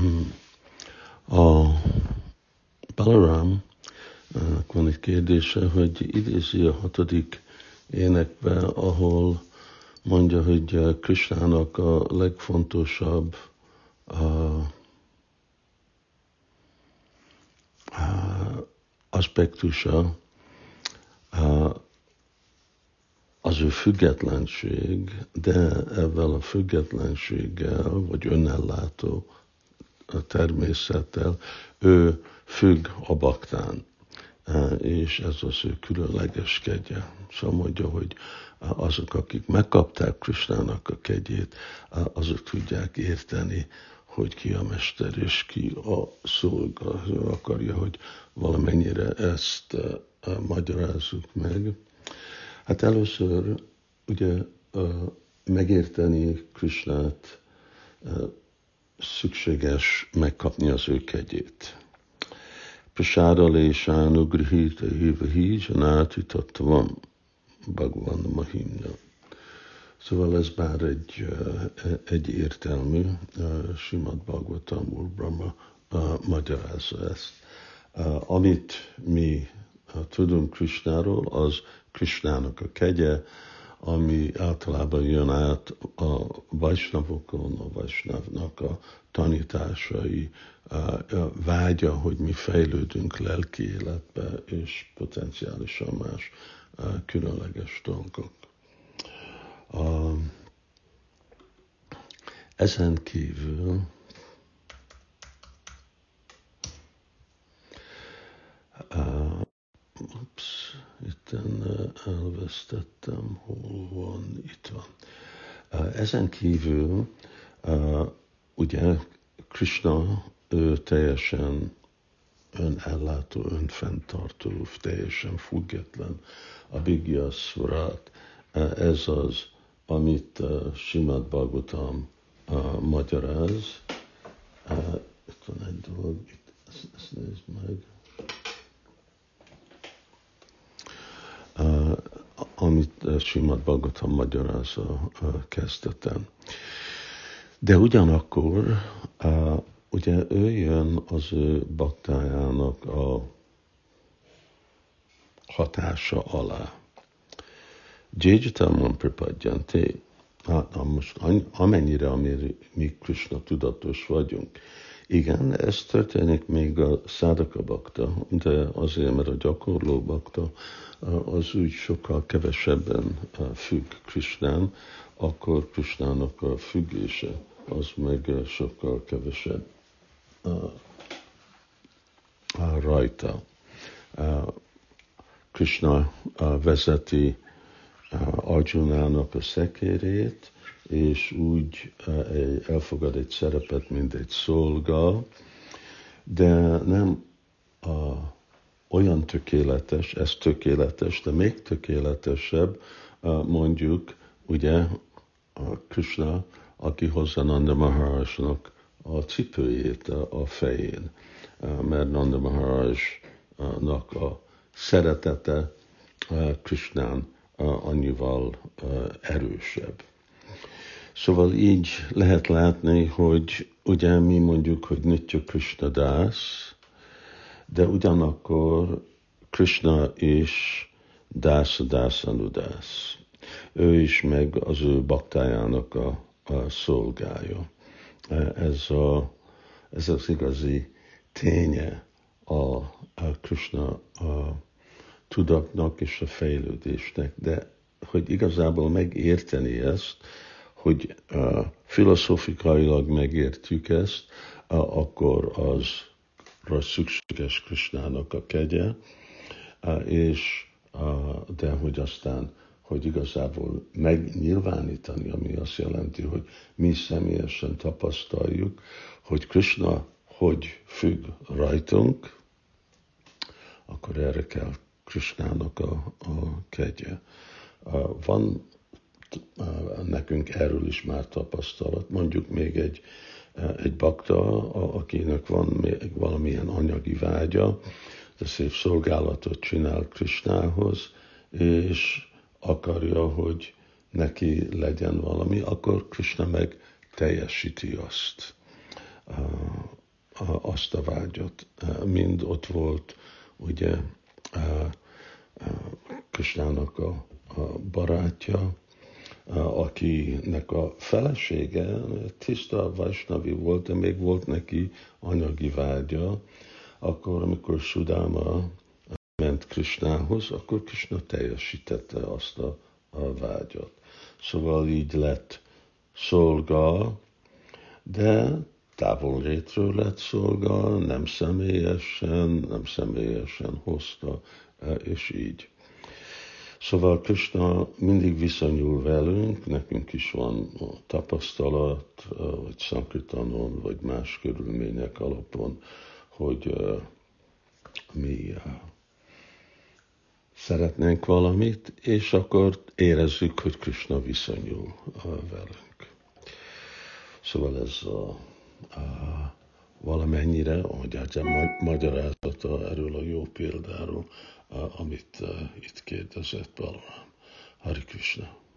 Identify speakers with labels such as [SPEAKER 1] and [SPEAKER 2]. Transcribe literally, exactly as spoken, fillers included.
[SPEAKER 1] A Balaram van egy kérdése, hogy idézi a hatodik énekbe, ahol mondja, hogy Krisnának a legfontosabb a, a aspektusa a, az ő függetlenség, de ezzel a függetlenséggel, vagy önellátó természettel ő függ a baktán, és ez az ő különleges kegye. Szóval mondja, hogy azok, akik megkapták Krisnának a kegyét, azok tudják érteni, hogy ki a mester és ki a szolga. Ő akarja, hogy valamennyire ezt magyarázzuk meg. Hát először ugye megérteni Krisnát szükséges megkapni az ő kegyét. Prasáda lésánu grihita hivahi janáti tattvam Bhagavan Mahimna. Szóval ez bár egy, egy értelmű, Srimad Bhagavatam Úr Brahma magyarázza ezt. Amit mi tudunk Krishnáról, az Krishnának a kegye, ami általában jön át a Vaisnavokon, a Vaisnavnak a tanításai, a vágya, hogy mi fejlődünk lelki életbe, és potenciálisan más különleges dolgok. Ezen kívül Ups, itten elvesztettem, hol van, itt van. Ezen kívül, ugye, Krishna, ő teljesen önellátó, önfenntartó, teljesen független, a Bhigya Swarat. Ez az, amit Srimad Bhagavatam magyaráz. Itt van egy dolog, itt, ezt, ezt nézd meg. Uh, amit uh, Srimad Bhagavatam magyaráz a uh, kezdeten. De ugyanakkor, uh, ugye ő jön az ő baktájának a hatása alá. Jéjitamon pripadjante. Hát, most amennyire, amire mi Krishna tudatos vagyunk. Igen, ez történik még a szádaka bakta, de azért, mert a gyakorló bakta az úgy sokkal kevesebben függ Krishnán, akkor Krishnának a függése az meg sokkal kevesebb rajta. Krishna vezeti Arjunának a szekérét, és úgy elfogad egy szerepet, mint egy szolga, de nem a, olyan tökéletes, ez tökéletes, de még tökéletesebb, mondjuk, ugye, a Krishna, aki hozza Nanda Maharajnak a cipőjét a fején, mert Nanda Maharajnak a szeretete Krishnán annyival erősebb. Szóval így lehet látni, hogy ugye mi mondjuk, hogy Nitya Krishna Das, de ugyanakkor Krishna is Dasa Dasanudas. Ő is meg az ő baktájának a, a szolgája. Ez, a, ez az igazi ténye a, a Krishna a tudatnak és a fejlődésnek. De hogy igazából megérteni ezt, hogy uh, filozófikailag megértjük ezt, uh, akkor az szükséges Krishnának a kegye, uh, és uh, de hogy aztán, hogy igazából megnyilvánítani, ami azt jelenti, hogy mi személyesen tapasztaljuk, hogy Krishna hogy függ rajtunk, akkor erre kell Krishnának a, a kegye. Uh, van nekünk erről is már tapasztalat. Mondjuk még egy, egy bakta, akinek van még valamilyen anyagi vágya, de szép szolgálatot csinál Krishnához, és akarja, hogy neki legyen valami, akkor Krishna meg teljesíti azt. azt a vágyat, mind ott volt ugye Krisnának a, a barátja, akinek a felesége tiszta Vaisnavi volt, de még volt neki anyagi vágya, akkor amikor Sudáma ment Krisnához, akkor Krisna teljesítette azt a, a vágyat. Szóval így lett szolga, de távollétről lett szolga, nem személyesen, nem személyesen hozta, és így. Szóval Krisna mindig viszonyul velünk, nekünk is van tapasztalat, vagy szankirtanon, vagy más körülmények alapon, hogy mi szeretnénk valamit, és akkor érezzük, hogy Krisna viszonyul velünk. Szóval ez a, a valamennyire, ahogy a magyarázata erről a jó példáról, amit uh, itt kérdezett Balram. Hari Krishna.